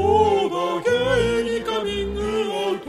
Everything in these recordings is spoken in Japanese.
そうだゲイにカミングアウト。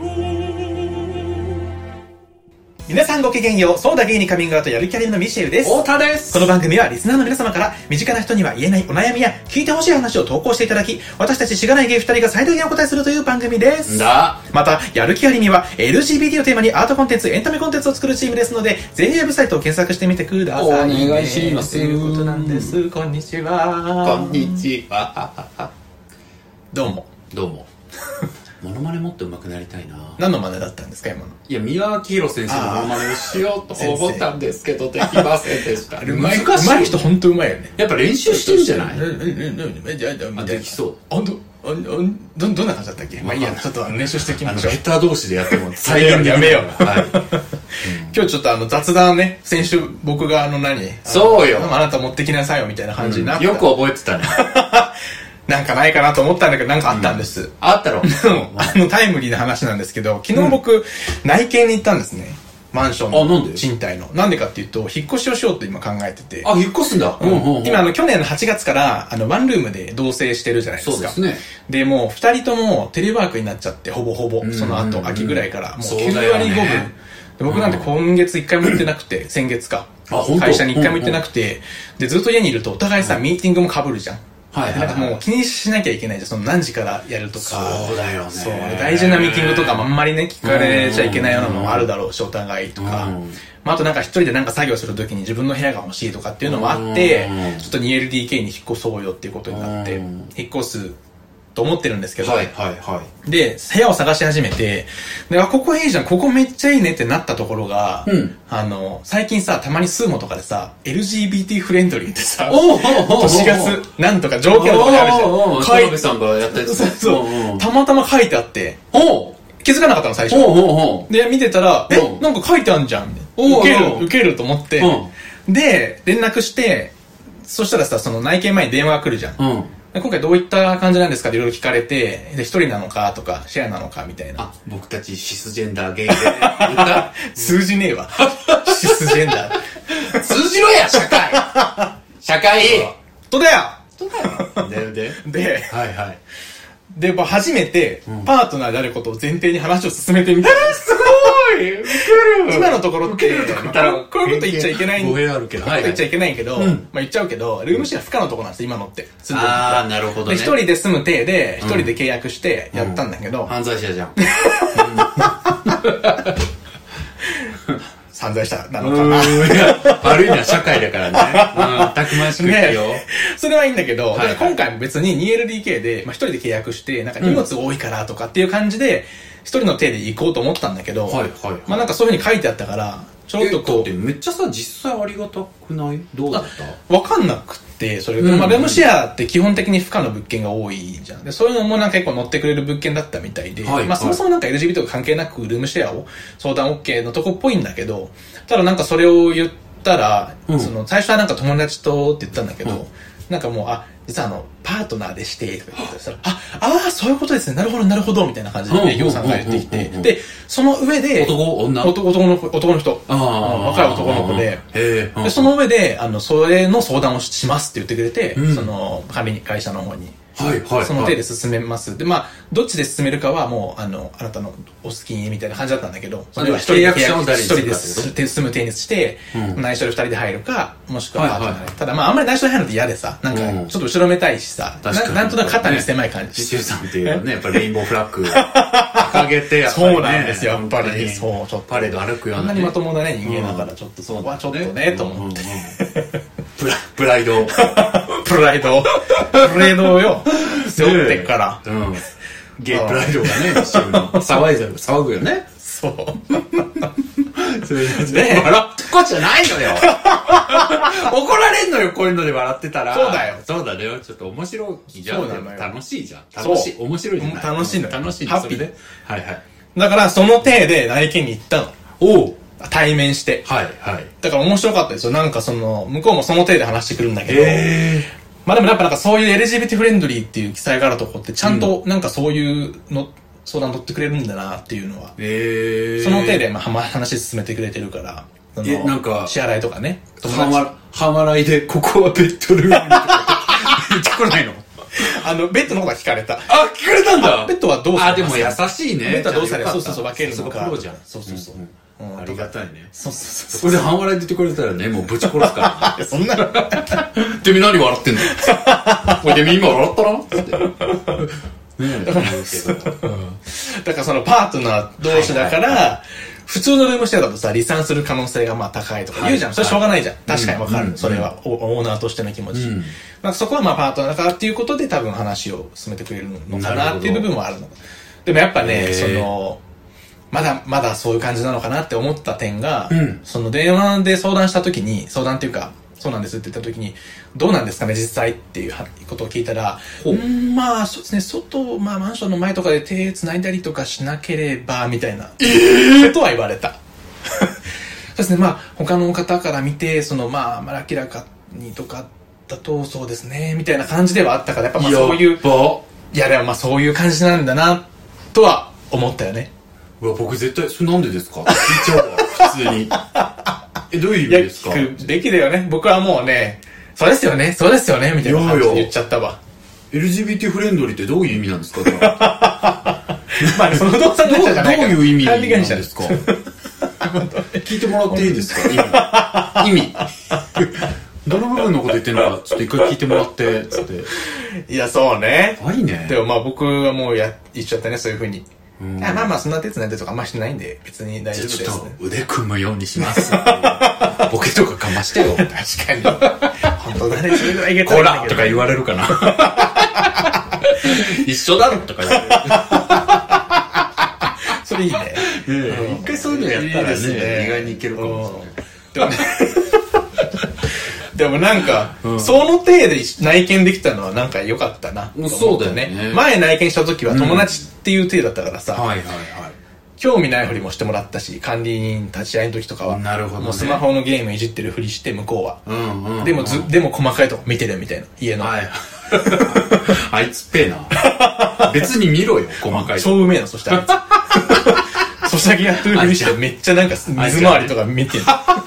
皆さんごきげんよう。そうだゲイにカミングアウトやるキャリのミシェルです。 太田です。 この番組はリスナーの皆様から身近な人には言えないお悩みや聞いてほしい話を投稿していただき、私たちしがないゲイ2人が最大限お答えするという番組です。またやるキャリには LGBT をテーマにアートコンテンツ、エンタメコンテンツを作るチームですので、ぜひウェブサイトを検索してみてください。 お願いします。 ということなんです。こんにちは。 こんにちは。 どうも。 どうも。モノマネもっと上手くなりたいな。 何の真似だったんですか今の。 いや、三輪明宏先生のモノマネをしようと思ったんですけどできませんでした。 うまい人本当うまいよね。 やっぱ練習してるんじゃない？ できそう。どんな感じだったっけ？まあいいや、ちょっと練習していきましょう。 下手同士でやっても最悪やめよう。今日ちょっと雑談ね、先週僕がそうよ。 あなた持ってきなさいよみたいな感じになった。 よく覚えてたね。 なんかないかなと思ったんだけど、なんかあったんです。 あったろ。 タイムリーな話なんですけど、昨日僕、内見に行ったんですね。マンションの賃貸の。なんでかっていうと、引っ越しをしようと今考えてて。 あ、引っ越すんだ。 今去年の8月からワンルームで同棲してるじゃないですか。 そうですね。 で、もう2人ともテレワークになっちゃって、ほぼほぼ、その後、秋ぐらいから、もう9割5分。僕なんて今月1回も行ってなくて、先月か。会社に1回も行ってなくて、で、ずっと家にいるとお互いさ、ミーティングも被るじゃん。なんかもう気にしなきゃいけないじゃん。その何時からやるとか。 そうだよね。 そう。大事なミーティングとかもあんまりね、聞かれちゃいけないようなのもあるだろうし、お互いとか。まあ、あとなんか一人でなんか作業するときに自分の部屋が欲しいとかっていうのもあって、ちょっと 2LDK に引っ越そうよっていうことになって、引っ越すと思ってるんですけど。で、部屋を探し始めて、で、ここいいじゃん、ここめっちゃいいねってなったところが、最近さ、たまにスーモとかでさ、LGBT フレンドリーってさ、都市ガスなんとか条件とかあるじゃん。 田辺さんがやったやつ。 そう。たまたま書いてあって、気づかなかったの最初。で、見てたら、なんか書いてあるじゃん。受けると思って、で、連絡して、そしたらさ、その内見前に電話が来るじゃん。今回どういった感じなんですかっていろいろ聞かれて、で、一人なのかとか、シェアなのかみたいな。 僕たちシスジェンダーゲイで言った通じねえわ。シスジェンダー。通じろや、社会社会とだよで、 で、初めて、パートナーであることを前提に話を進めてみた。 すごい今のところって、こういうこと言っちゃいけない。 語弊あるけど。 こういうこと言っちゃいけないけど、言っちゃうけど、ルームシェア不可のところなんです今のって。 なるほどね。 一人で住む体で、一人で契約してやったんだけど。 犯罪者じゃん。 犯罪者なのかな。 悪いのは社会だからね。たくましく言ってよ。 それはいいんだけど、今回も別に 2LDK で、一人で契約して、なんか荷物多いからとかっていう感じで、一人の手で行こうと思ったんだけど、まあなんかそういう風に書いてあったから、ちょっとこう。 めっちゃさ、実際ありがたくない？どうだった？ わかんなくて、それで、まあルームシェアって基本的に不可の物件が多いじゃん。で、そういうのもなんか結構乗ってくれる物件だったみたいで、まあそもそもなんか LGBT とか関係なくルームシェアを相談 OK のとこっぽいんだけど、ただなんかそれを言ったら、その最初はなんか友達とって言ったんだけど、なんかもう、実はパートナーでして、とか言ったら、そういうことですね、なるほど、みたいな感じで営業さんが言ってきて、で、その上で、男の人、若い男の子で、で、その上で、それの相談をしますって言ってくれて、その、会社の方に。その手で進めます。で、まあ、どっちで進めるかはもう、あなたのお好きにみたいな感じだったんだけど、それは一人で進む手にして、内緒で二人で入るか、もしくは、ただまあ、あんまり内緒で入るのって嫌でさ、なんか、ちょっと後ろめたいしさ、なんとなく肩に狭い感じ。 シュウさんっていうのはね、やっぱレインボーフラッグ掲げて、 そうなんですよ、やっぱり。そう、ちょっと。 パレード歩くような。 あんなにまともなね、人間だから、ちょっとそこはちょっとね、と思って。 プライドよ。背負ってっから。 ゲイプライドがね、一緒に騒ぐよね。 そう。 それで、笑ってこっちゃないのよ。怒られんのよ、こういうので笑ってたら。 そうだよ。 そうだよ。ちょっと面白いじゃん。楽しいじゃん。面白いじゃん。 楽しいのよ。 楽しい。 ハッピー。 はいはい。 だから、その体で内見に行ったの。対面して。だから面白かったですよ。なんか向こうもその体で話してくるんだけど。まあでもやっぱなんかそういう LGBT フレンドリーっていう記載があるとこってちゃんとなんかそういうの相談乗ってくれるんだなっていうのは。その手でまあ話進めてくれてるから。 なんか支払いとかね。 半笑いでここはベッドルームとか言ってこないの？ ベッドの方が聞かれた。 あ、聞かれたんだ。 ベッドはどうされますか？ でも優しいね。 ベッドはどうされますか？そう、分けるのか。 プロじゃん。 そう。 ありがたいね。 そう。 そこで半笑い出てくれたらね、もうぶち殺すから。 そんな。 デミ何笑ってんの？おい、デミ今笑ったなって。 だからそのパートナー同士だから、普通のルームシェアだとさ、離散する可能性がまあ高いとか言うじゃん。それしょうがないじゃん。確かにわかる。それは、オーナーとしての気持ち。まあそこはまあパートナーだからっていうことで多分話を進めてくれるのかなっていう部分もあるの。でもやっぱね、まだそういう感じなのかなって思った点が、その電話で相談した時に、相談っていうか、そうなんですって言った時に、どうなんですかね実際っていうことを聞いたら、まあそうですね、まあマンションの前とかで手繋いだりとかしなければみたいなことは言われた。そうですね、まあ他の方から見てまあ明らかにとかだとそうですねみたいな感じではあったから、やっぱまあそういういやでもまあそういう感じなんだなとは思ったよね。 うわ、僕絶対それなんでですかって聞いちゃうわ普通に。どういう意味ですか？ 聞くべきだよね。僕はもうね、そうですよねみたいな感じで言っちゃったわ。 LGBT フレンドリーってどういう意味なんですか？ まあ、その動作になっちゃうじゃないか。 どういう意味なんですか？聞いてもらっていいですか？意味。どの部分のこと言ってんのか、ちょっと一回聞いてもらって、つって。 いや、そうね。 いいね。 でもまあ僕はもう言っちゃったね、そういう風に。まあそんな手つないでとかあんましてないんで別に大丈夫です、ね、 ちょっと腕組むようにしますボケとかかましてよ。 確かに本当だね、それぐらいいけたらいいんだけど、 コラとか言われるかな一緒だろとか言われるそれいいね、 一回そういうのやったらね、意外にいけるかもしれない。 でもなんか、その体で内見できたのはなんか良かったな。 そうだよね。 前内見した時は友達っていう体だったからさ、興味ないふりもしてもらったし、管理人立ち会いの時とかは、 なるほどね、 もうスマホのゲームいじってるふりして向こうは、でも細かいとこ見てるみたいな、家の。 あいつっぺえな。別に見ろよ、細かいとこ。 超うめえな、そしたら。ソシャゲやってるふりしてめっちゃなんか水回りとか見てる。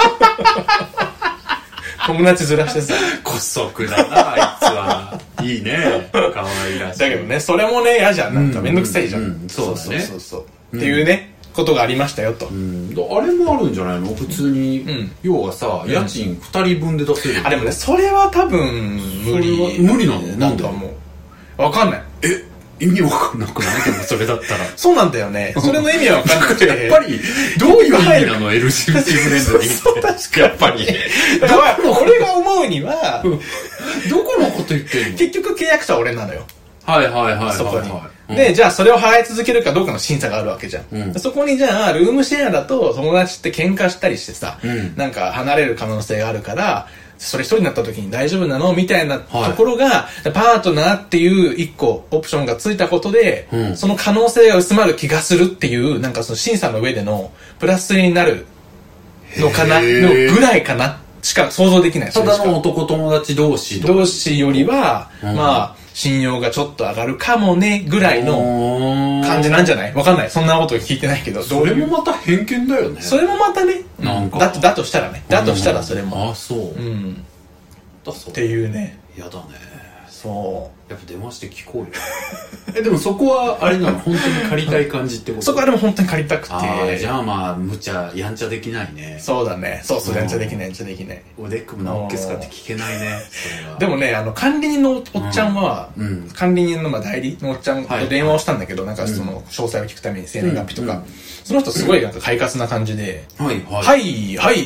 友達ずらしてさ、 こそくだな、あいつは。いいね。可愛らしい。 だけどね、それもね、嫌じゃん。なんかめんどくさいじゃん。 そうだね。 っていうね、ことがありましたよと。 あれもあるんじゃないの？普通に。要はさ、家賃2人分で出せる。 でもね、それは多分、無理なの？ なんかもう、わかんない。 意味わかんなくない？でもそれだったら。 そうなんだよね。それの意味はわかんなくて。 やっぱり、どういう意味なの？ LGBT フレンドリーって。 確かやっぱり。だから俺が思うには、 どこのこと言ってんの？ 結局契約者は俺なのよ。そこに。で、じゃあそれを払い続けるかどうかの審査があるわけじゃん。そこにじゃあ、ルームシェアだと友達って喧嘩したりしてさ、なんか離れる可能性があるから、それ一人になった時に大丈夫なのみたいなところが、パートナーっていう一個オプションがついたことで、その可能性が薄まる気がするっていう、なんかその審査の上でのプラスになるのかな、のぐらいかなしか想像できない。 ただの男友達同士よりは、まあ、信用がちょっと上がるかもね、ぐらいの感じなんじゃない？わかんない。そんなこと聞いてないけど。 それもまた偏見だよね。 それもまたね。なんか。だとしたらね。だとしたらそれも。 あ、そう。 っていうね。 やだね。 そう。 やっぱ電話して聞こうよ。でもそこはあれなの？本当に借りたい感じってこと？ そこはでも本当に借りたくて。 じゃあまあ、無茶、やんちゃできないね。 そうだね。そう、やんちゃできない。 腕組むの OK すかって聞けないね。 でもね、管理人のおっちゃんは、管理人の代理のおっちゃんと電話をしたんだけど、なんかその詳細を聞くために生年月日とか、その人すごいなんか快活な感じで、はい、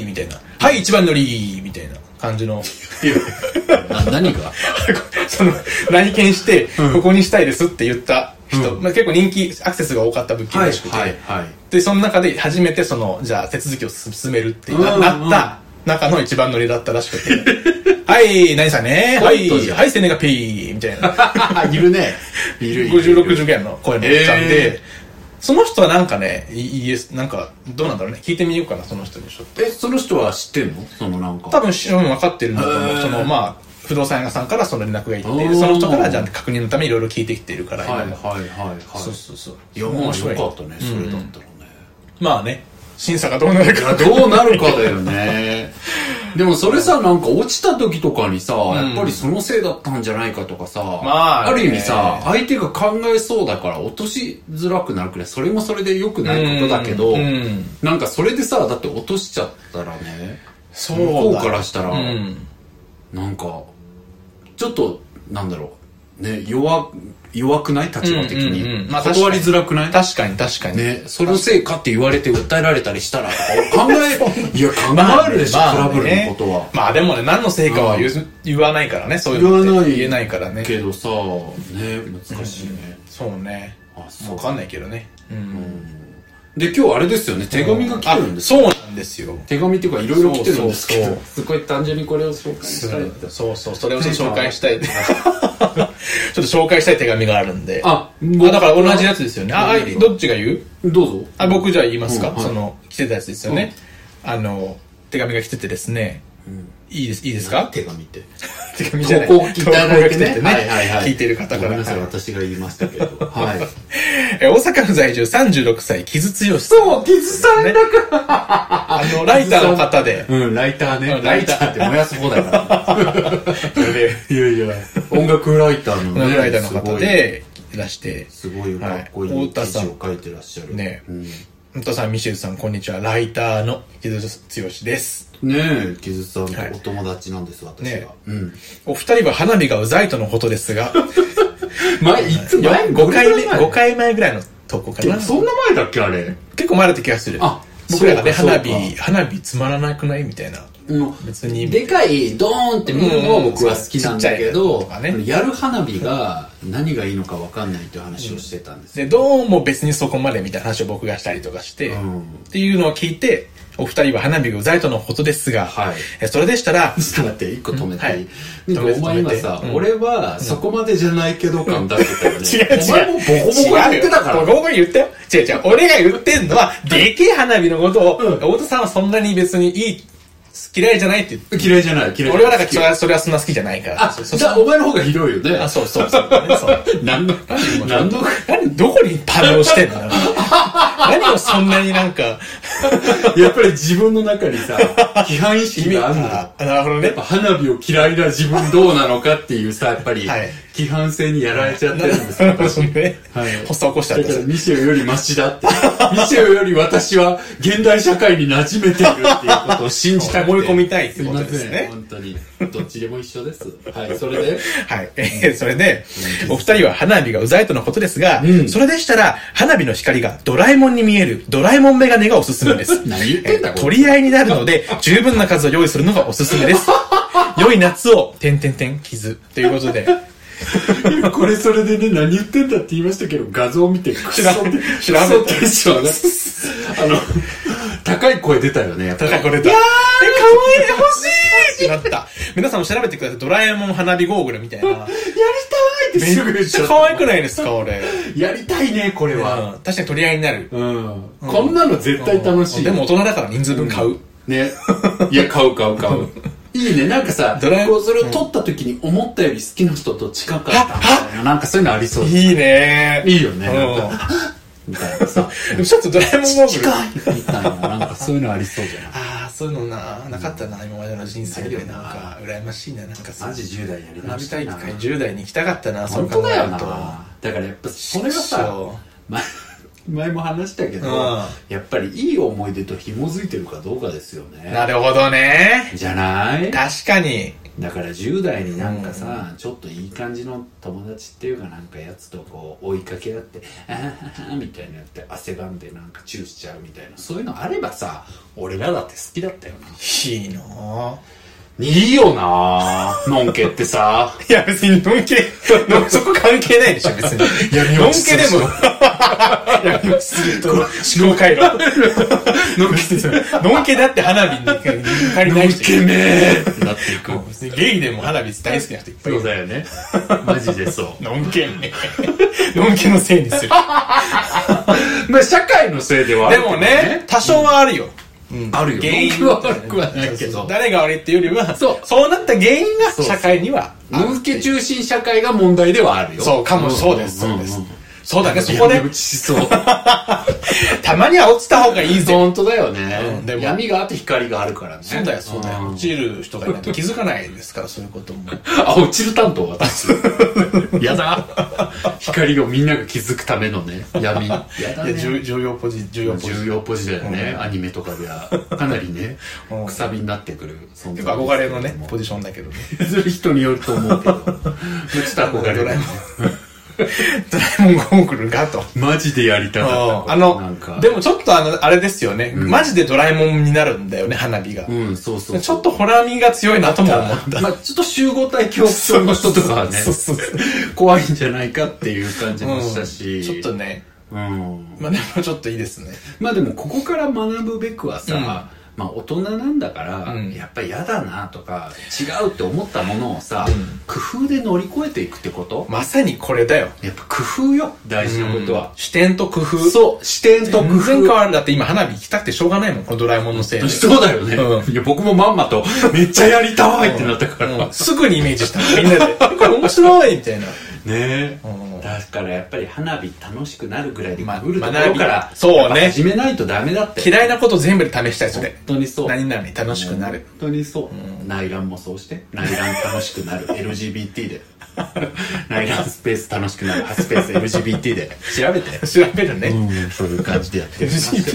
みたいな。はい、一番乗りみたいな感じの。 何が内見して、ここにしたいですって言った人、結構人気アクセスが多かった物件らしくて、でその中で初めてじゃあ手続きを進めるってなった中の一番乗りだったらしくて、はい何さんね、はい青年がピーみたいないるね、 50、60ぐらいの声のおっちゃんで、その人はなんかね、なんかどうなんだろうね、聞いてみようかな、その人に。 その人は知ってんの？そのなんか多分分かってるんだと思う。まあ不動産屋さんからその連絡がいって、その人からじゃあ確認のためにいろいろ聞いてきているから。そう。 いや、面白かったね、それだったらね。 まあね、審査がどうなるかどうなるかだよね。 でもそれさ、なんか落ちた時とかにさ、やっぱりそのせいだったんじゃないかとかさ、ある意味さ、相手が考えそうだから落としづらくなるくらい、それもそれで良くないことだけど、なんかそれでさ、だって落としちゃったらね、向こうからしたら、なんか、ちょっと、なんだろう、ね、弱くない立場的に。断りづらくない？ 確かに確かに。 ね、そのせいかって言われて訴えられたりしたら、考えるでしょ、トラブルのことは。 まあでもね、何のせいかは言わないからね、そういうのって言えないからね。 けどさ、ね、難しいね。 そうね。わかんないけどね。 で、今日あれですよね、手紙が来てるんですよ。そうなんですよ。 手紙っていうか、いろいろ来てるんですけど、すごい単純にこれを紹介したい。 そう、それをちょっと紹介したい。ちょっと紹介したい手紙があるんで。だから同じやつですよね。どっちが言う？ どうぞ。 僕じゃあ言いますか。来てたやつですよね。手紙が来ててですね。いいですか？ 手紙って。 手紙じゃない。 投稿いただいてね。 聞いてる方から。 ごめんなさい、私が言いましたけど。はい。 大阪府在住36歳、木津剛さん。 そう、木津さんだから。ライターの方で。 ライターね。ライターって燃やす方だから。いや、音楽ライターのね。 ライターの方でいらして。 すごいかっこいい記事を書いてらっしゃる。 ね。太田さん、ミシェルさん、こんにちは。ライターの木津剛です。 ねえ、木津さんとお友達なんです、私が。 お二人は花火がうざいとのことですが、 5 回前ぐらいの投稿かな。 そんな前だっけ、あれ。 結構前だった気がする。僕らがね、花火つまらなくないみたいな。 別に。でかい、ドーンって見るのは僕は好きなんだけど、やる花火が何がいいのか分かんないっていう話をしてたんですよ。 で、どうも別にそこまでみたいな話を僕がしたりとかして、っていうのを聞いて、お二人は花火がうざいとのことですが、それでしたら、 ちょっと待って、一個止めていい？お前今さ、俺はそこまでじゃないけど感出してたよね。 違う。 お前もボコボコ言ってたから。 ボコボコ言ったよ。違う。俺が言ってんのは、でけえ花火のことを、太田さんはそんなに別に嫌いじゃないって言って。 嫌いじゃない。 俺はなんかそれはそんな好きじゃないから。 じゃあお前の方がひどいよね。 そう。どこに反応してんの？何をそんなになんか。 やっぱり自分の中にさ、批判意識があるんだ。 なるほどね。 やっぱ花火を嫌いな自分どうなのかっていうさ、やっぱり、規範性にやられちゃってるんですよ。 私ね。発作起こしちゃった。 だからミシェルよりマシだって。ミシェルより私は現代社会に馴染めてるっていうことを信じたくて。 思い込みたいってことですね。 本当に。どっちでも一緒です。はい、それでそれで、お二人は花火がうざいとのことですが、それでしたら、花火の光がドラえもんに見えるドラえもんメガネがおすすめです。 何言ってんだ取り合いになるので、十分な数を用意するのがおすすめです。良い夏を、傷。ということで。 これそれでね、何言ってんだって言いましたけど、画像を見てクソテンションね。高い声出たよね。 高い声出た。 いやー、 可愛い欲しいってなった。皆さんも調べてください。ドラえもん花火ゴーグルみたいな。やりたいってすぐ言っちゃった。 めっちゃ可愛くないですか、俺。 やりたいね、これは。 確かに取り合いになる。 こんなの絶対楽しい。 でも大人だから人数分買う。 ね。いや、買う。いいね、なんかさ、それを撮った時に思ったより好きな人と近かったみたいな、なんかそういうのありそう。 いいね。 いいよね、なんか。みたいなさ。 でもちょっとドラえもんゴーグル。 近いみたいな、なんかそういうのありそうじゃない？ そういうのなかったな、今までの人生で。なんか、羨ましいな、なんかマジ10代やり直したい。10代に行きたかったな、 そう考えると。だからやっぱ、それがさ、前も話したけど、やっぱりいい思い出と紐づいてるかどうかですよね。 なるほどね。 じゃない？ 確かに。 だから10代になんかさ、ちょっといい感じの友達っていうかなんかやつとこう追いかけ合って、みたいなやって汗ばんでなんかチューしちゃうみたいな、そういうのあればさ、俺らだって好きだったよな。 いいないいよなぁ。のんけってさ。 いや別にのんけ、そこ関係ないでしょ別に。のんけでも。闇落ちすると思考回路。のんけだって花火に借りないし。 のんけめーってなっていく。 ゲイでも花火大好きな人いっぱいいる。 そうだよね。マジでそう。 のんけめ。のんけのせいにする。まあ社会のせいではある。 でもね、多少はあるよ。 あるよ。 原因は悪くはないけど。 誰が悪いっていうよりは、そうなった原因が社会には。 のんけ中心社会が問題ではあるよ。 そうです。 そうだね、そこで。 闇落ちしそう。 たまには落ちた方がいいぜ。 本当だよね。でも闇があって光があるからね。 そうだよ、そうだよ。落ちる人がいないと気づかないですから、そういうことも。 落ちる担当私。やだ。光をみんなが気づくためのね、闇。やだね。 重要ポジだよね。アニメとかでは。かなりね、くさびになってくる。 結構憧れのね、ポジションだけどね。 人によると思うけど。ちょっと憧れる。 ドラえもんゴーグルがと。 マジでやりたかった。 でもちょっとあれですよね。マジでドラえもんになるんだよね、花火が。 そうそう。 ちょっとホラー味が強いなとも思った。 まあちょっと集合体恐怖症の人とかはね、怖いんじゃないかっていう感じもしたし。 ちょっとね。まあでもちょっといいですね。 まあでもここから学ぶべくはさ、まあ大人なんだから、やっぱり嫌だなとか違うって思ったものをさ、工夫で乗り越えていくってこと？ まさにこれだよ。 やっぱ工夫よ、大事なことは。 視点と工夫。 そう、視点と工夫。 全然変わる。だって今花火行きたくてしょうがないもん、このドラえもんのせいで。 そうだよね。いや僕もまんまとめっちゃやりたいってなったから。 すぐにイメージしたみんなで。これ面白いみたいな。 ねだからやっぱり花火楽しくなるぐらいでくるところから始めないとダメだって。 嫌いなこと全部で試したい、それ。 本当にそう。 何々楽しくなる。 本当にそう。内覧もそうして。内覧楽しくなる。LGBT で。内覧スペース楽しくなる。スペース LGBT で。調べて。 調べるね。 そういう感じでやってる。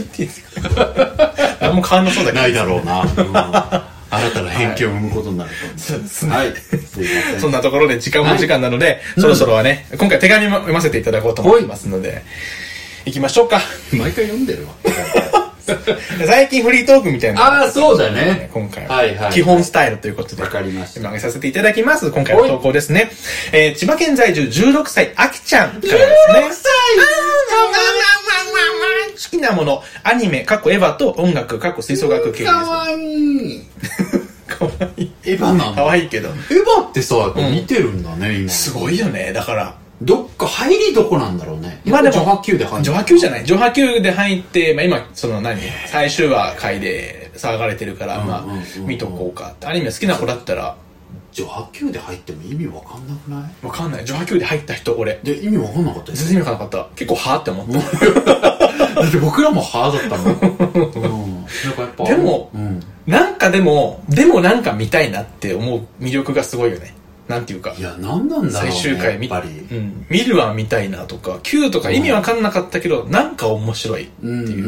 LGBT 何も変わんなそうだけど。 ないだろうな。新たな偏見を生むことになると。 そうですね。 はい。すいません。 そんなところで時間も時間なので、そろそろはね、今回手紙も読ませていただこうと思いますので、行きましょうか。 毎回読んでるわ。 最近フリートークみたいな。 そうだね。 今回は。基本スタイルということで。 わかりました。 投げさせていただきます。今回の投稿ですね。千葉県在住16歳、あきちゃんからですね。16歳好きなもの、アニメ、エヴァと音楽、吹奏楽系です。 かわいい。 かわいい。 エヴァなんだ。 かわいいけど。 エヴァってさ、見てるんだね、今。 すごいよね、だから。 どっか入りどこなんだろうね。 まあでも、 序波級で入って。 序波級じゃない。序波級で入って、まあ今、最終話回で騒がれてるから、まあ、見とこうか。アニメ好きな子だったら、 序波級で入っても意味わかんなくない？ わかんない。序波級で入った人、俺。 で、意味わかんなかった全然意味わかんなかった。結構はぁって思った。 だって僕らもはぁだったの。なんかやっぱ。 でも、でもなんか見たいなって思う魅力がすごいよね。なんていうか。 いや、なんなんだろうね。 最終回見るは見たいなとか、Q とか意味わかんなかったけど、なんか面白いっていう。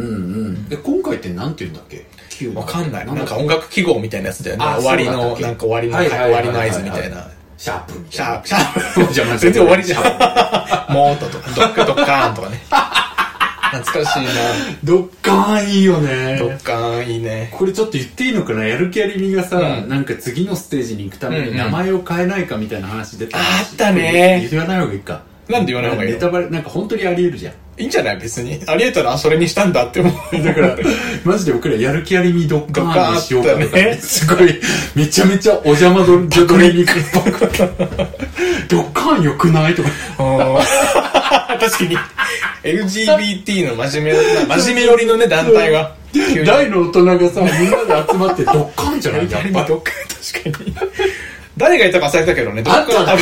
で、今回ってなんて言うんだっけ？ わかんない。なんか音楽記号みたいなやつだよね。終わりの合図みたいな。 シャープ。 シャープ。全然終わりじゃん。モートとか、ドッカーンとかね。懐かしいな。 ドッカーンいいよね。 ドッカーンいいね。 これちょっと言っていいのかな？やる気ありみがさ、なんか次のステージに行くために名前を変えないかみたいな話出た。 あったね。 言わない方がいいか。 なんで言わない方がいいの？ ネタバレ、なんか本当にあり得るじゃん。 いいんじゃない別に。あり得たらそれにしたんだって思う。 だから、マジで僕らやる気ありみドッカーンにしようかとかね。すごい、めちゃめちゃお邪魔ドレミックスパクドッカーン良くないとか。 確かに。LGBT の真面目寄りのね、団体が。 大の大人がさ、みんなで集まってドッカーンじゃない？やっぱドッカーン確かに。誰がいたか忘れたけどね、ドッカーン。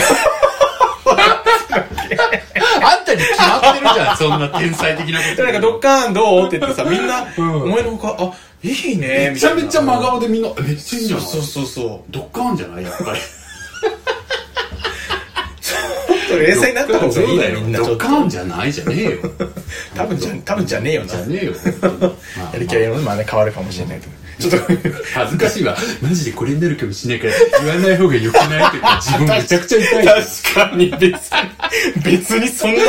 あんたに決まってるじゃん、そんな天才的なこと。 なんかドッカーンどうって言ってさ、みんな、思いのほか、あ、いいね、 めちゃめちゃ真顔でみんな、めっちゃいいじゃん。 そう。 ドッカーンじゃないやっぱり。 冷静になった方がいいね、みんな。 ドッカーンじゃないじゃねえよ。 多分じゃねえよな。 じゃねえよ。 やりきりのまあね、変わるかもしれないけど。ちょっと恥ずかしいわ。マジでこれになるかもしれないから言わない方が良くないって言って自分めちゃくちゃ痛い。 確かに別にそんな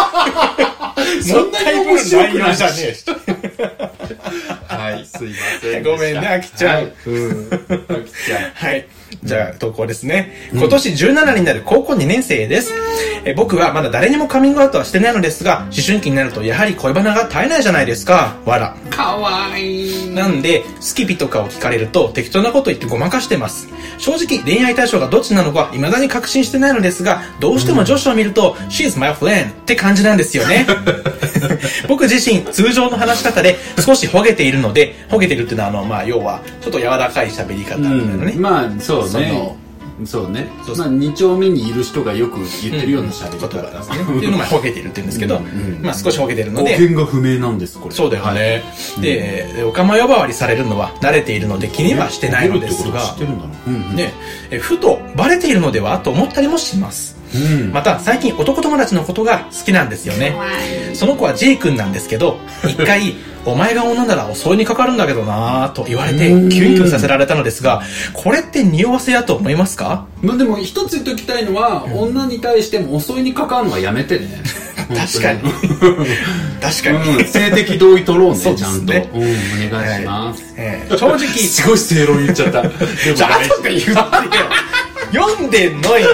面白くないじゃねえし。 はい、すいません。 ごめんね、あきちゃん。 あきちゃん。 はい。じゃあ、投稿ですね。今年17になる高校2年生です。僕はまだ誰にもカミングアウトはしてないのですが、思春期になるとやはり恋バナが絶えないじゃないですか。わら。 かわいい。 なんで、スキピとかを聞かれると適当なこと言ってごまかしてます。正直恋愛対象がどっちなのか未だに確信してないのですが、どうしても女子を見ると、She's my friend って感じなんですよね。僕自身、通常の話し方で少しほげているので、ほげてるっていうのはまあ要は、ちょっと柔らかい喋り方みたいなね。 まあ、そうね。 そうね。まあ2丁目にいる人がよく言ってるような喋り方ですね。っていうのもほげているって言うんですけど、まあ少しほげてるので。 語源が不明なんです、これ。 そうだよね。で、お釜呼ばわりされるのは慣れているので気にはしてないのですが、ね、ふとバレているのではと思ったりもします。また最近男友達のことが好きなんですよね。その子は J 君なんですけど、一回お前が女なら襲いにかかるんだけどなぁと言われてキュンキュンさせられたのですが、これって匂わせやと思いますか？ まあでも一つ言っときたいのは、女に対しても襲いにかかるのはやめてね。 確かに確かに、 性的同意取ろうね、ちゃんと、お願いします。 正直すごい正論言っちゃった。でもじゃあとか言ってよ。読んでんのよ。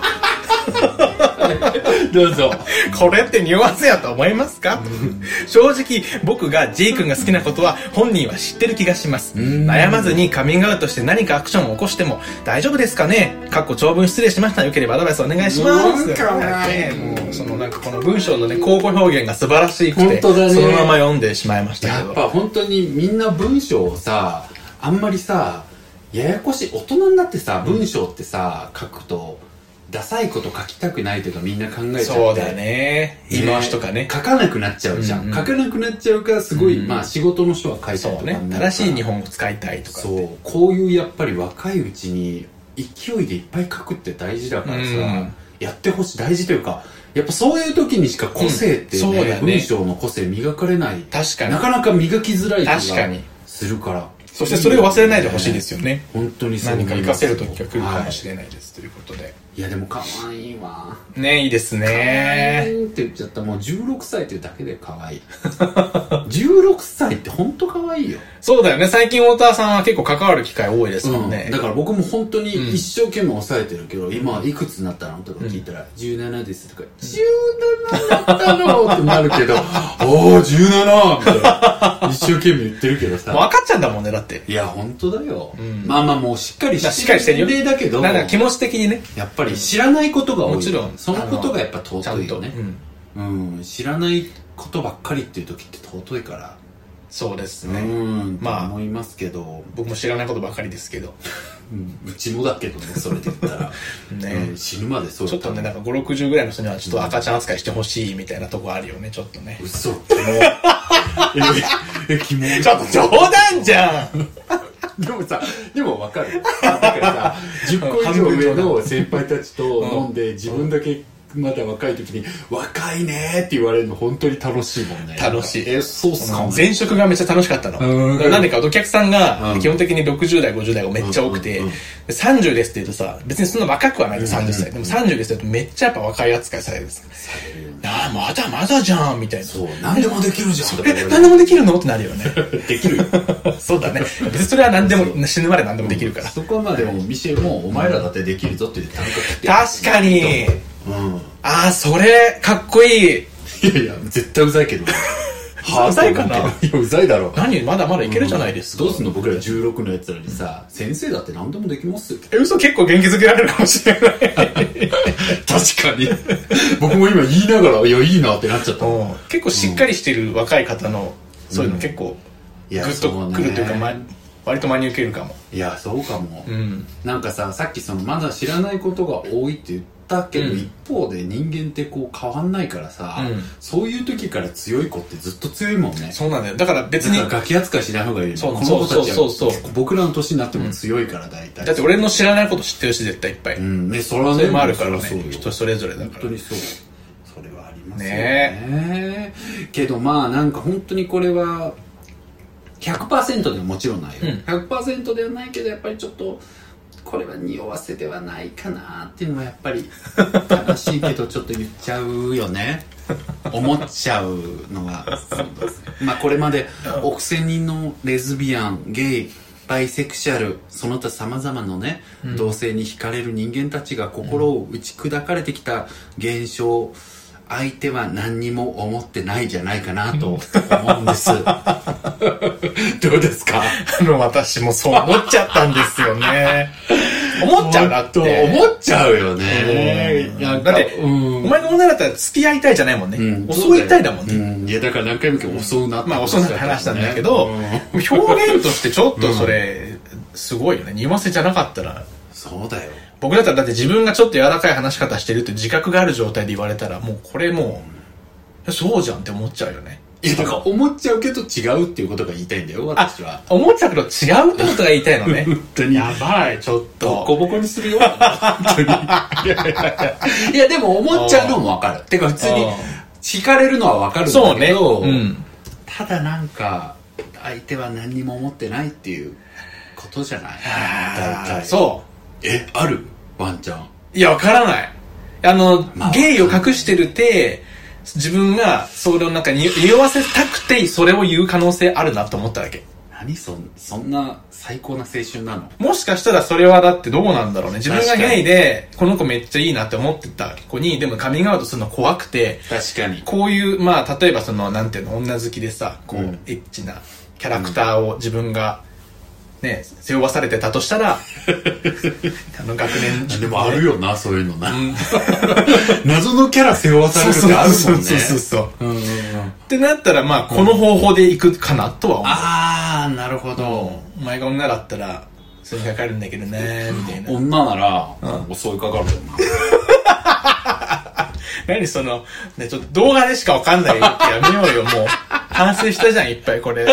どうぞ。 これって匂わせやと思いますか？正直僕が J 君が好きなことは本人は知ってる気がします。悩まずにカミングアウトして何かアクションを起こしても大丈夫ですかね？長文失礼しました。よければアドバイスお願いします。もうそのなんかこの文章のね、口語表現が素晴らしくて、そのまま読んでしまいましたけど。 やっぱ本当にみんな文章をさ、あんまりさ、ややこしい、大人になってさ、文章ってさ、書くとダサいこと書きたくないというかみんな考えちゃって、 そうだね、言い回しとかね、 書かなくなっちゃうじゃん、書かなくなっちゃうからすごい、まあ仕事の人は書いたりとかね、正しい日本語使いたいとか、 そう、こういうやっぱり若いうちに勢いでいっぱい書くって大事だからさ、やってほしい、大事というか、やっぱそういう時にしか個性ってね、文章の個性磨かれない、 確かになかなか磨きづらい気がするから、 そしてそれを忘れないでほしいですよね。 本当にそう。 何か活かせる時が来るかもしれないです、ということで。 いやでも可愛いわ。 ね、いいですね。 可愛いって言っちゃった。もう16歳っていうだけで可愛い。16歳って本当可愛いよ。 そうだよね。最近太田さんは結構関わる機会多いですもんね。 だから僕も本当に一生懸命抑えてるけど、今いくつになったのとか聞いたら、17ですとか、17だったのってなるけど、おー、17みたいな。一生懸命言ってるけどさ。 もう赤ちゃんだもんね、だって。 いや、本当だよ。まあまあもうしっかりしてる年齢だけど、 なんか気持ち的にね。 やっぱり知らないことが多い。 もちろん。 そのことがやっぱ尊いよね。知らないことばっかりっていう時って尊いから。 そうですね。 まあ思いますけど、 僕も知らないことばっかりですけど、 うちもだけどね、それで言ったらね、死ぬまでそう。 ちょっとね、なんか5、60ぐらいの人にはちょっと赤ちゃん扱いしてほしいみたいなとこあるよね、ちょっとね。 嘘。キモ。 ちょっと冗談じゃん。 でもさ、でも分かる。だからさ、10個以上上の先輩たちと飲んで、自分だけまだ若い時に若いねーって言われるの本当に楽しいもんね。 楽しい。 そうっすか。 前職がめっちゃ楽しかったの。なんでかお客さんが基本的に60代50代がめっちゃ多くて、30ですって言うとさ、別にそんな若くはないで30歳でも30ですって言うとめっちゃやっぱ若い扱いされるんですよ。ああ、まだまだじゃんみたいな。 そう、何でもできるじゃん。 何でもできるのってなるよね。 できるよ。 そうだね。別にそれは何でも死ぬまで何でもできるから。 そこまでもミシェもお前らだってできるぞって言って確かに。ああ、それかっこいい。 いやいや、絶対うざいけど。 うざいかな。 いや、うざいだろ。 何、まだまだいけるじゃないですか。 どうすんの、僕ら16のやつらにさ、先生だって何でもできますよ。 嘘、結構元気づけられるかもしれない。確かに。僕も今言いながら、いや、いいなってなっちゃった。 結構しっかりしてる若い方の、そういうの結構、グッとくるというか、割と真に受けるかも。 いや、そうかも。なんかさ、さっきまだ知らないことが多いって言ったけど、一方で人間ってこう変わんないからさ、そういう時から強い子ってずっと強いもんね。 そうなんだよ。だから別にガキ扱いしない方がいいよ。 この子たちは僕らの年になっても強いから大体。 だって俺の知らないこと知ってるし絶対いっぱい。 ね、それはね。 それもあるからね。人それぞれだから。 本当にそう。それはありますよね。けどまあなんか本当にこれは、100% ではもちろんないよ、100% ではないけどやっぱりちょっとこれは匂わせではないかなっていうのはやっぱり悲しいけどちょっと言っちゃうよね思っちゃうのがまあこれまで億千人のレズビアンゲイバイセクシャルその他さまざまなね、同性に惹かれる人間たちが心を打ち砕かれてきた現象、相手は何にも思ってないじゃないかなと思うんですどうですか？ 私もそう思っちゃったんですよね。思っちゃうなって思っちゃうよね。 だってお前の女だったら付き合いたいじゃないもんね、襲いたいだもんね。 いやだから何回も襲うなって襲うなって話したんだけど、表現としてちょっとそれすごいよね。匂わせじゃなかったらそうだよ。 僕だったらだって自分がちょっと柔らかい話し方してるって自覚がある状態で言われたら、もうこれもう、そうじゃんって思っちゃうよね。 いや、だから思っちゃうけど違うっていうことが言いたいんだよ、私は。 思っちゃうけど違うってことが言いたいのね。 本当に。 やばい、ちょっと。 ボコボコにするよ。本当に。いや、でも思っちゃうのもわかる。てか普通に、惹かれるのはわかるんだけど、 そうね。 ただなんか、相手は何にも思ってないっていうことじゃない？大体。 そう。 ある？ワンちゃん。 いや、わからない。ゲイを隠してるって、自分がそれをなんか匂わせたくてそれを言う可能性あるなと思っただけ。 何そんな最高な青春なの？ もしかしたらそれはだってどうなんだろうね。自分がゲイでこの子めっちゃいいなって思ってた子にでもカミングアウトするの怖くて、 確かにこういう例えばそのなんていうの、女好きでさ、こう、エッチなキャラクターを自分がね、背負わされてたとしたら学年でもあるよな、そういうのな、謎のキャラ背負わされるってあるもんね。 そうってなったらこの方法でいくかなとは思う。 ああ、なるほど。 お前が女だったらそれにかかるんだけどねみたいな。 女なら襲いかかるよな。何そのね、ちょっと動画でしかわかんないってやめようよ。もう反省したじゃん、いっぱいこれ。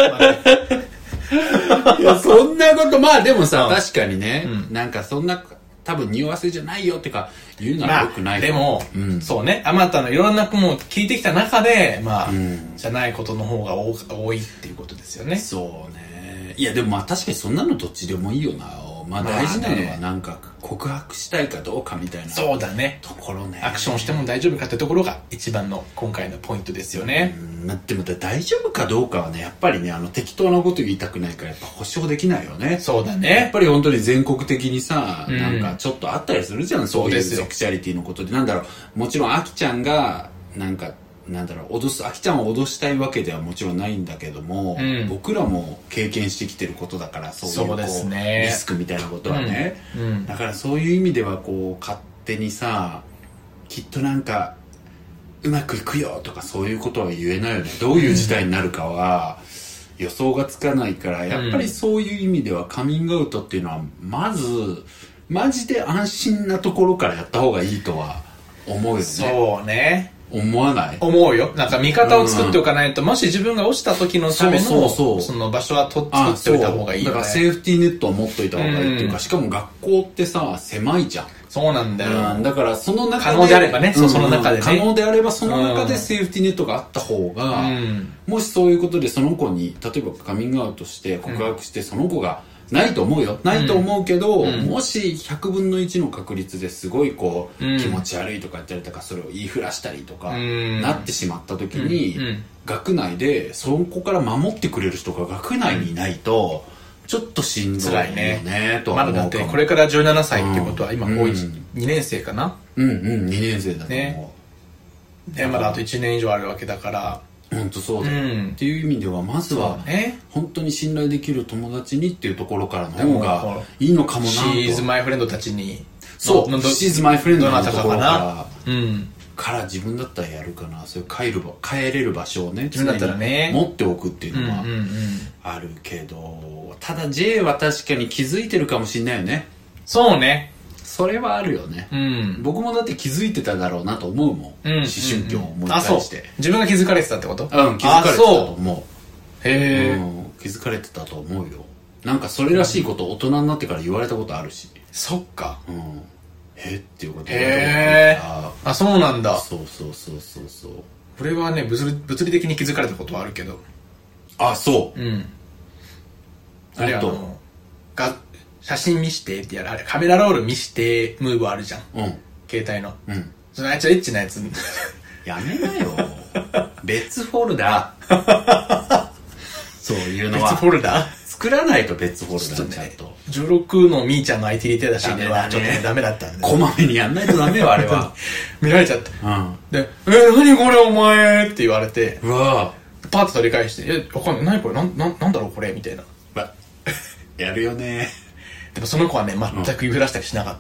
いや、そんなこと、でもさ、確かにね、なんかそんな、多分匂わせじゃないよってか、言うのは良くないでも、そうね、あまたのいろんなものを聞いてきた中で、じゃないことの方が多いっていうことですよね。 そうね。いや、でも確かにそんなのどっちでもいいよな。大事なのはなんか告白したいかどうかみたいな。 そうだね。 ところね。 アクションしても大丈夫かってところが一番の今回のポイントですよね。 でも大丈夫かどうかはね、やっぱりね、適当なこと言いたくないからやっぱ保証できないよね。 そうだね。 やっぱり本当に全国的にさ、なんかちょっとあったりするじゃん、そういうセクシャリティのことで。なんだろう、もちろんアキちゃんが、アキちゃんを脅したいわけではもちろんないんだけども、僕らも経験してきてることだから、そういうリスクみたいなことはね。だからそういう意味では勝手にさ、きっとなんか、うまくいくよとかそういうことは言えないよね。どういう事態になるかは予想がつかないから、やっぱりそういう意味ではカミングアウトっていうのは、マジで安心なところからやった方がいいとは思うよね。 そうね。 思わない？ 思うよ。なんか味方を作っておかないと、もし自分が落ちた時のためのその場所は作っておいた方がいいよね。 だからセーフティーネットを持っといた方がいいっていうか、しかも学校ってさ、狭いじゃん。 そうなんだよ。 だからその中で可能であればね、その中でね。 可能であればその中でセーフティーネットがあった方が、もしそういうことでその子に、例えばカミングアウトして告白して、その子がないと思うよ。ないと思うけど、もし100分の1の確率ですごい気持ち悪いとか言ったりとか、それを言いふらしたりとか、なってしまった時に、学内でその子から守ってくれる人が学内にいないと、ちょっとしんどいよね、とは思うかも。 まだだってこれから17歳ってことは今高1、2年生かな 2年生だと思う。で、まだあと1年以上あるわけだから、 本当そうだよ、っていう意味ではまずは本当に信頼できる友達にっていうところからの方がいいのかもなと。 シーズマイフレンドたちに、 そう、シーズマイフレンドのところから自分だったらやるかな。そういう帰れる場所をね、 自分だったらね持っておくっていうのはあるけど、ただ J は確かに気づいてるかもしれないよね。 そうね。 それはあるよね。僕もだって気づいてただろうなと思うもん。思春期を思い返して。 自分が気づかれてたってこと？ 気づかれてたと思う。へえ。気づかれてたと思うよ。なんかそれらしいこと大人になってから言われたことあるし。 そっか。 っていうことへえ。そうなんだ。 そう。 これはね、物理的に気づかれたことはあるけど。 そう。 あれ写真見してってやる、あれカメラロール見してムーブあるじゃん、携帯の、そのあいつエッチなやつやめなよ別フォルダそういうのは別フォルダ作らないと。別フォルダちゃんと 16のみーちゃんの IT リテラシーではちょっとダメだったんで、 こまめにやんないとダメよあれは見られちゃって、で何これお前って言われて、 うわパッと取り返して、わかんない、何これ、なんだろうこれみたいな。 やるよね。 でもその子はね、全く言いふらしたりしなかった。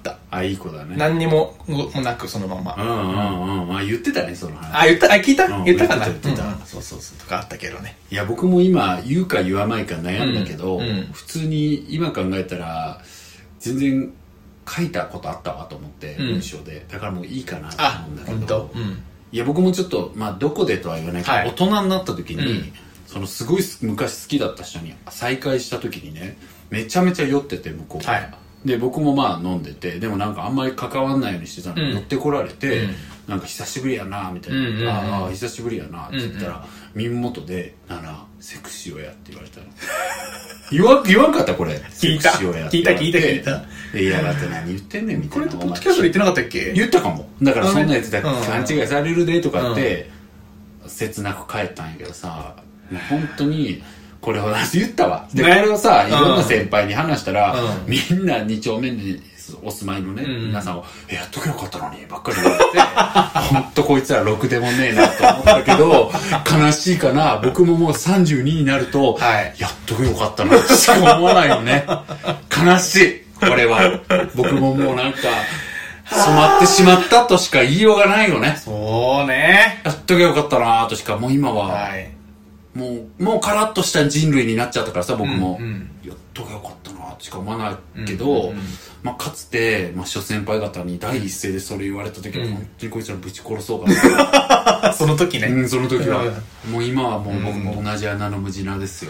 いい子だね。 何にもなくそのまま。 言ってたね、その話。 聞いたかな。 言ってた。 そうとかあったけどね。 いや、僕も今言うか言わないか悩んだけど、普通に今考えたら全然書いたことあったわと思って、文章で。だからもういいかなと思うんだけど。いや、僕もちょっと、まあ、どこでとは言わないけど、大人になった時に、そのすごい昔好きだった人に再会した時にね、めちゃめちゃ酔ってて、向こうが。で、僕もまあ飲んでて、でもなんかあんまり関わんないようにしてたのに、寄ってこられて、なんか久しぶりやなみたいな、ああ久しぶりやなって言ったら、耳元で「ならセクシーをや」って言われたの。言わんかったこれ。 聞いた聞いたいやだって何言ってんねんみたいな。 これってポッドキャストで言ってなかったっけ？ 言ったかも。だからそんなやつだ勘違いされるでとかって切なく帰ったんやけどさ、もう本当にこれを言ったわ。でこれをさ、いろんな先輩に話したら、みんな2丁目にお住まいのね、皆さんを「やっとけよかったのに」ばっかり言われてほんとこいつらろくでもねえなと思ったけど、悲しいかな。僕ももう32になると、やっとけよかったなってしか思わないよね。悲しいこれは。僕ももうなんか染まってしまったとしか言いようがないよね。 そうね。 やっとけよかったなとしか、もう今は、もうカラッとした人類になっちゃったからさ、僕も、やっとけよかったなとしか思わないけど、まあ、かつて、まあ、諸先輩方に第一声でそれ言われた時は、本当にこいつらぶち殺そうかな。 その時ね。 その時は。もう今はもう僕も同じ穴の無地なですよ。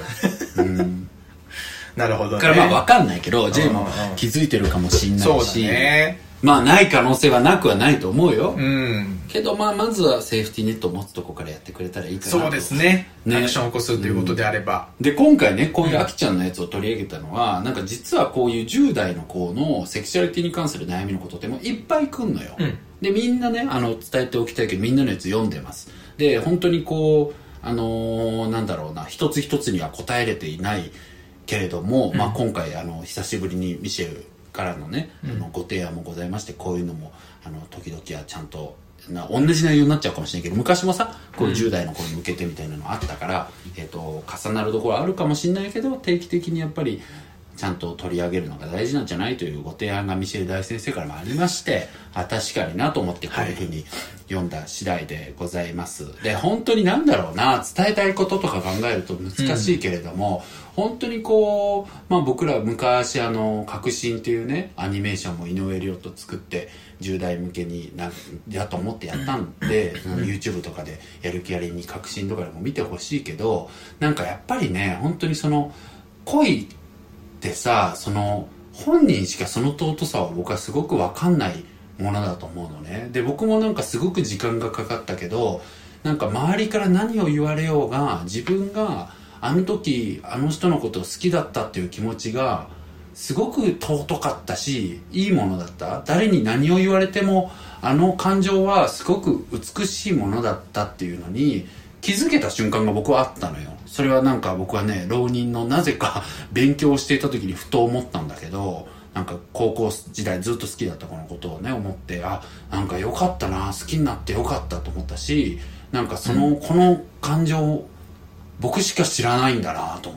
なるほどね。 だからまあ分かんないけど、J も気づいてるかもしんないし、まあない可能性はなくはないと思うよ。けどまあまずはセーフティーネットを持つとこからやってくれたらいいかなと。 そうですね。アクションを起こすということであれば。 で、今回ね、こういうあきちゃんのやつを取り上げたのは、なんか実はこういう10代の子のセクシュアリティに関する悩みのことってもういっぱい来んのよ。で、みんなね、伝えておきたいけど、みんなのやつ読んでます。で、本当にこう、なんだろうな、一つ一つには答えれていないけれども、まあ今回久しぶりにミシェルからのね、ご提案もございまして、こういうのも時々はちゃんと同じ内容になっちゃうかもしれないけど、昔もさこういう10代の子に向けてみたいなのあったから、重なるところあるかもしれないけど、定期的にやっぱりちゃんと取り上げるのが大事なんじゃないというご提案がミシェル大先生からもありまして、確かになと思ってこういうふうに読んだ次第でございます。で、本当になんだろうな、伝えたいこととか考えると難しいけれども、本当にこう、まあ僕ら昔革新っていうね、アニメーションも井上涼と作って10代向けにだと思ってやったんで、YouTube とかでやる気ありに革新とかでも見てほしいけど、なんかやっぱりね、本当にその恋ってさ、その本人しかその尊さを僕はすごく分かんないものだと思うのね。で、僕もなんかすごく時間がかかったけど、なんか周りから何を言われようが、自分があの時あの人のことを好きだったっていう気持ちがすごく尊かったし、いいものだった。誰に何を言われてもあの感情はすごく美しいものだったっていうのに気づけた瞬間が僕はあったのよ。それはなんか僕はね、浪人のなぜか勉強をしていた時にふと思ったんだけど、なんか高校時代ずっと好きだった子のことをね思って、なんか良かったな、好きになって良かったと思ったし、なんかこの感情僕しか知らないんだなと思って、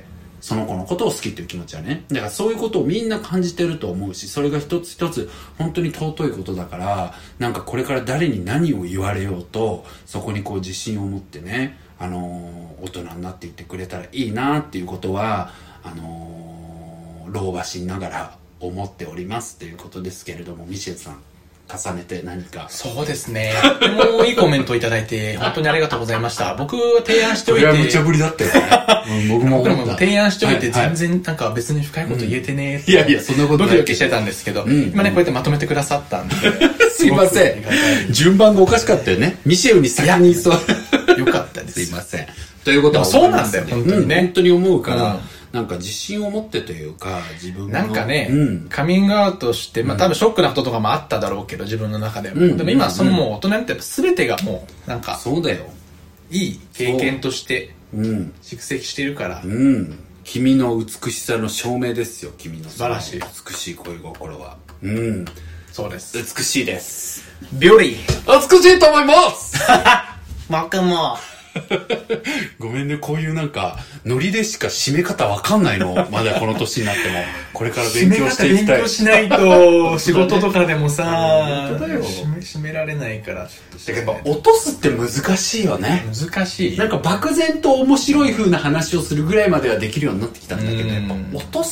その子のことを好きっていう気持ちはね、だからそういうことをみんな感じてると思うし、それが一つ一つ本当に尊いことだから、なんかこれから誰に何を言われようと、そこにこう自信を持ってね、大人になっていってくれたらいいなっていうことは老婆しながら思っておりますということですけれども、ミシェルさん重ねて何か。 そうですね、もういいコメントをいただいて本当にありがとうございました。僕は提案しておいて、 それは無茶ぶりだったよね僕も提案しておいて全然なんか別に深いこと言えてねーって、 いやいやそんなことない、 ドキドキしてたんですけど、今ねこうやってまとめてくださったんですいません、順番がおかしかったよね。ミシェルに先にそうよかったです。 すいません。ということはそうなんだよ本当にね、 本当に思うから、なんか自信を持ってというか、自分のなんかね、カミングアウトして、まあ多分ショックなこととかもあっただろうけど、自分の中でも、でも今そのもう大人になって全てがもうなんかそうだよ、 いい経験として蓄積しているから、 君の美しさの証明ですよ。君の素晴らしい美しい恋心はそうです。 美しいです。 ビューリー美しいと思います僕もごめんね、こういうなんかノリでしか締め方わかんないのまだこの年になってもこれから勉強していきたい。 勉強しないと仕事とかでもさ締められないから。 やっぱ落とすって難しいよね。 難しい。 なんか漠然と面白い風な話をするぐらいまではできるようになってきたんだけど、やっぱ落とす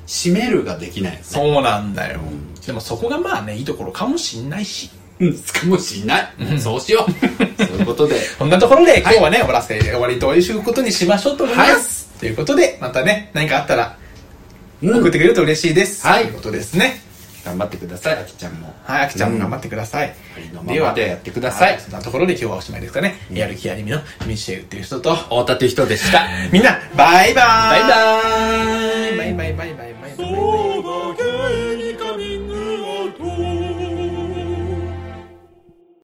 閉めるができないよね。 そうなんだよ。でもそこがまあね、いいところかもしんないし。 かもしんない。そうしよう。そういうことで。 こんなところで今日はね、終わりということにしましょうと思います。ということで、またね、何かあったら、送ってくれると嬉しいです。ということですね。 頑張ってください、あきちゃんも。 はい、あきちゃんも頑張ってください。 では、やってください。 そんなところで今日はおしまいですかね。やる気ありみのミシェルっていう人と、 太田っていう人でした。 みんな、バイバーイ。 バイバーイ。